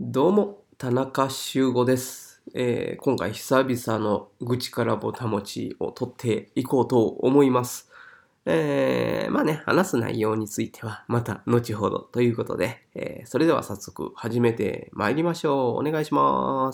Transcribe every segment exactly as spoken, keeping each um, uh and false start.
どうも、田中修吾です。えー今回久々の愚痴からぼたもちを取っていこうと思います。えーまあね、話す内容についてはまた後ほどということで、えーそれでは早速始めてまいりましょう。お願いします。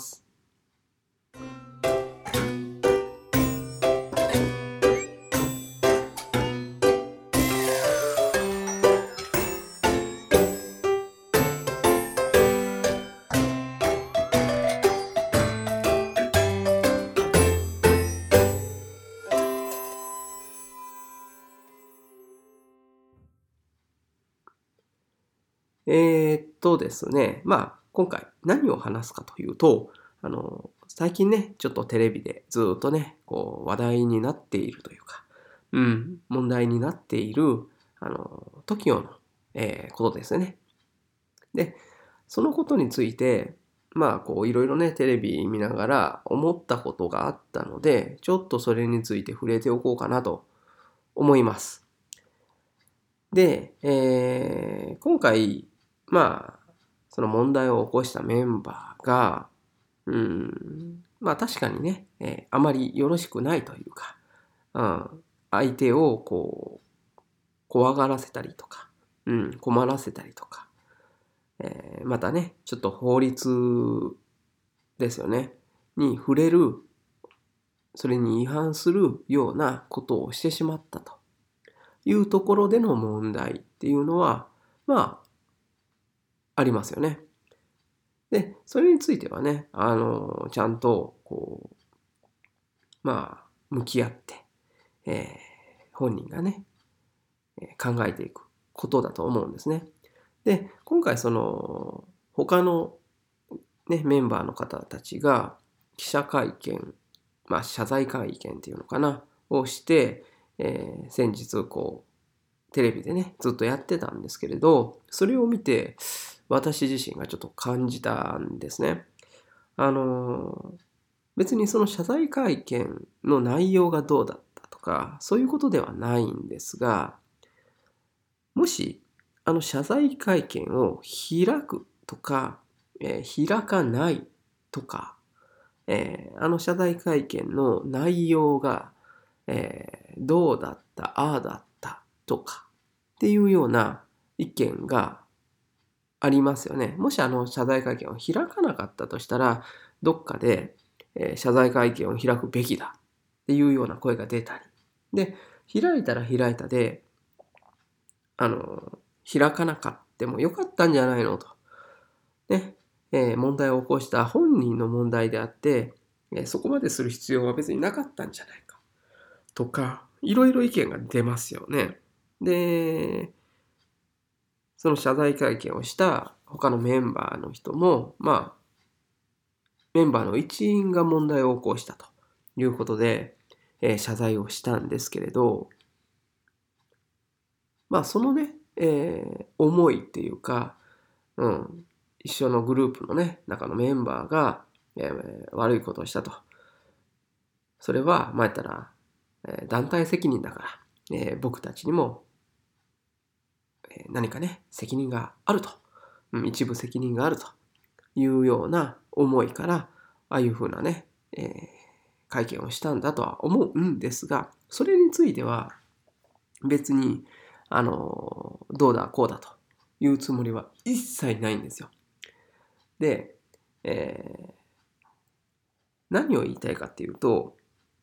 えーっとですね、まあ今回何を話すかというと、あの、最近ね、ちょっとテレビでずっとね、こう話題になっているというか、うん、問題になっている、あの、トキオの、えーことですね。で、そのことについて、まあ、こう、いろいろね、テレビ見ながら思ったことがあったので、ちょっとそれについて触れておこうかなと思います。で、えー今回、まあ、その問題を起こしたメンバーが、うん、まあ確かにね、えーあまりよろしくないというか、うん、相手をこう、怖がらせたりとか、うん、困らせたりとか、えーまたね、ちょっと法律ですよね、に触れる、それに違反するようなことをしてしまったというところでの問題っていうのは、まあ、ありますよね。で、それについてはね、あの、ちゃんと、こう、まあ、向き合って、えー本人がね、考えていくことだと思うんですね。で、今回その、他のね、メンバーの方たちが記者会見、まあ、謝罪会見っていうのかな、をして、えー先日こう、テレビでね、ずっとやってたんですけれど、それを見て、私自身がちょっと感じたんですね。あのー別にその謝罪会見の内容がどうだったとか、そういうことではないんですが、もし、あの謝罪会見を開くとか、えー開かないとか、えーあの謝罪会見の内容が、えーどうだった、ああだったとかっていうような意見がありますよね。もしあの謝罪会見を開かなかったとしたら、どっかで、えー謝罪会見を開くべきだっていうような声が出たり。で、開いたら開いたで、あの、開かなかってもよかったんじゃないのと。ね、えー問題を起こした本人の問題であって、えーそこまでする必要は別になかったんじゃないか。とか、いろいろ意見が出ますよね。で、その謝罪会見をした他のメンバーの人も、まあ、メンバーの一員が問題を起こしたということで、えー謝罪をしたんですけれど、まあ、そのね、えー思いっていうか、うん、一緒のグループのね、中のメンバーが、えー悪いことをしたと。それは、まあ、言ったら、えー団体責任だから、えー僕たちにも、えー何かね、責任があると。うん、一部責任があるというような思いから、ああいうふうなね、えー会見をしたんだとは思うんですが、それについては別に、あの、どうだこうだというつもりは一切ないんですよ。で、えー何を言いたいかっていうと、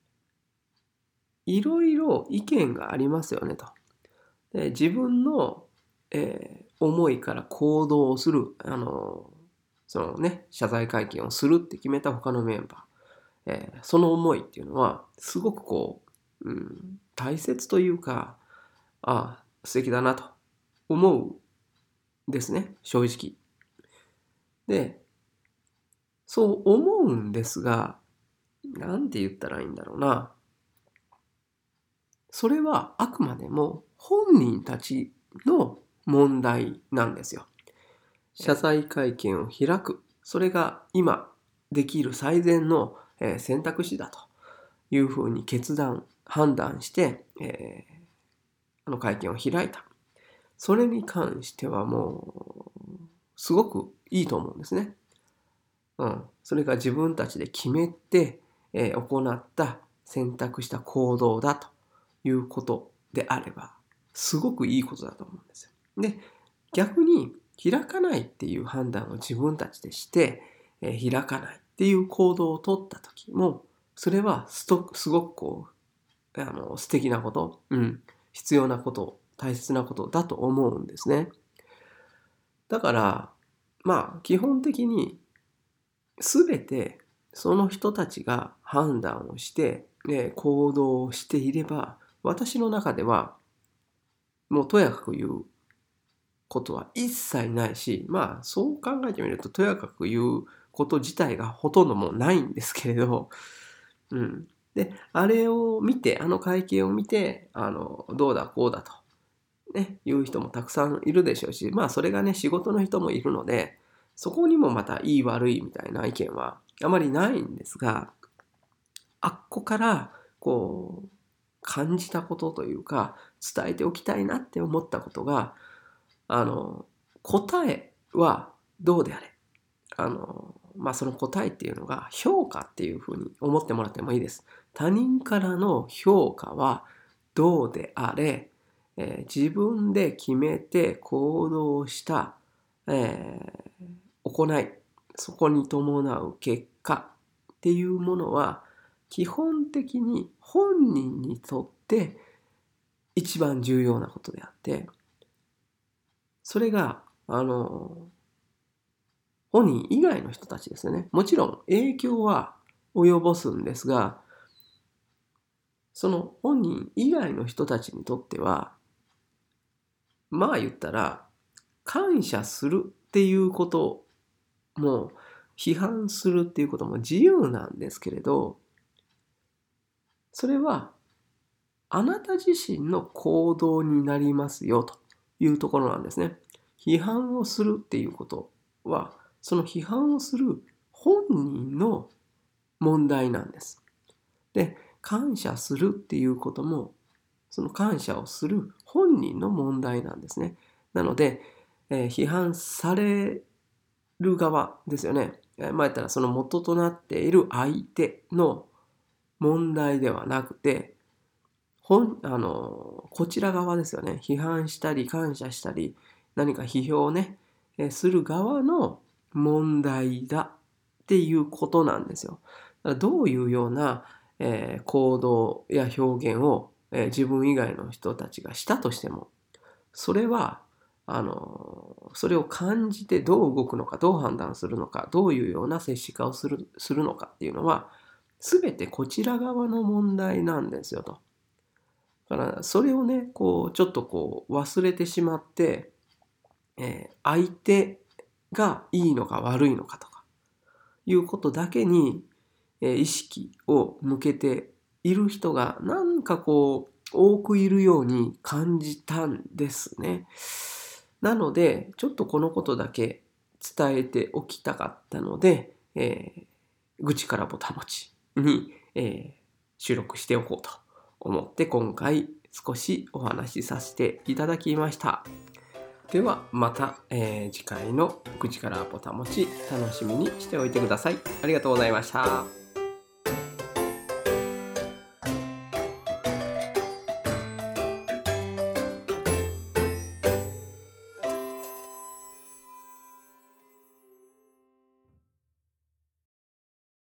いろいろ意見がありますよねと。で、自分の、えー思いから行動をする、あの、そのね、謝罪会見をするって決めた他のメンバー、えーその思いっていうのは、すごくこう、うん、大切というか、ああ、素敵だなと思うんですね、正直。で、そう思うんですが、なんて言ったらいいんだろうな。それはあくまでも本人たちの問題なんですよ。謝罪会見を開く。それが今できる最善の選択肢だというふうに決断、判断して、えーあの会見を開いた。それに関してはもう、すごくいいと思うんですね。 うん、それが自分たちで決めて、えー、行った選択した行動だということであればすごくいいことだと思うんですよ。で、逆に開かないっていう判断を自分たちでして、えー、開かないっていう行動を取った時もそれはすごくこうあの素敵なこと、うん、必要なこと、大切なことだと思うんですね。だからまあ基本的に全てその人たちが判断をして、ね、行動をしていれば私の中ではもうとやかく言うことは一切ないし、まあそう考えてみるととやかく言うこと自体がほとんどもうないんですけれど、うん、であれを見てあの会見を見てあのどうだこうだと、ね、いう人もたくさんいるでしょうし、まあそれがね仕事の人もいるのでそこにもまたいい悪いみたいな意見はあまりないんですが、あっこからこう感じたことというか伝えておきたいなって思ったことが、あの答えはどうであれ、あのまあその答えっていうのが評価っていうふうに思ってもらってもいいです。他人からの評価はどうであれ、えー、自分で決めて行動した、えー、行い、そこに伴う結果っていうものは基本的に本人にとって一番重要なことであって、それがあの本人以外の人たちですよね。もちろん影響は及ぼすんですが、その本人以外の人たちにとってはまあ言ったら感謝するっていうことも批判するっていうことも自由なんですけれど、それはあなた自身の行動になりますよというところなんですね。批判をするっていうことはその批判をする本人の問題なんです。で、感謝するっていうこともその感謝をする本人の問題なんですね。なので、えー、批判される側ですよね。えー、まあ言ったらその元となっている相手の問題ではなくて、本あのこちら側ですよね。批判したり感謝したり何か批評をね、えー、する側の問題だっていうことなんですよ。だからどういうような、えー、行動や表現を、えー、自分以外の人たちがしたとしても、それはあのそれを感じてどう動くのか、どう判断するのか、どういうような接し方をするするのかっていうのは全てこちら側の問題なんですよと。だからそれをねこうちょっとこう忘れてしまって、えー、相手がいいのか悪いのかとかいうことだけに、えー、意識を向けている人がなんかこう多くいるように感じたんですね。なのでちょっとこのことだけ伝えておきたかったので、えー、愚痴からぼたもちに、えー、収録しておこうと思って今回少しお話しさせていただきました。ではまた、えー、次回の愚痴からぼたもち楽しみにしておいてください。ありがとうございました。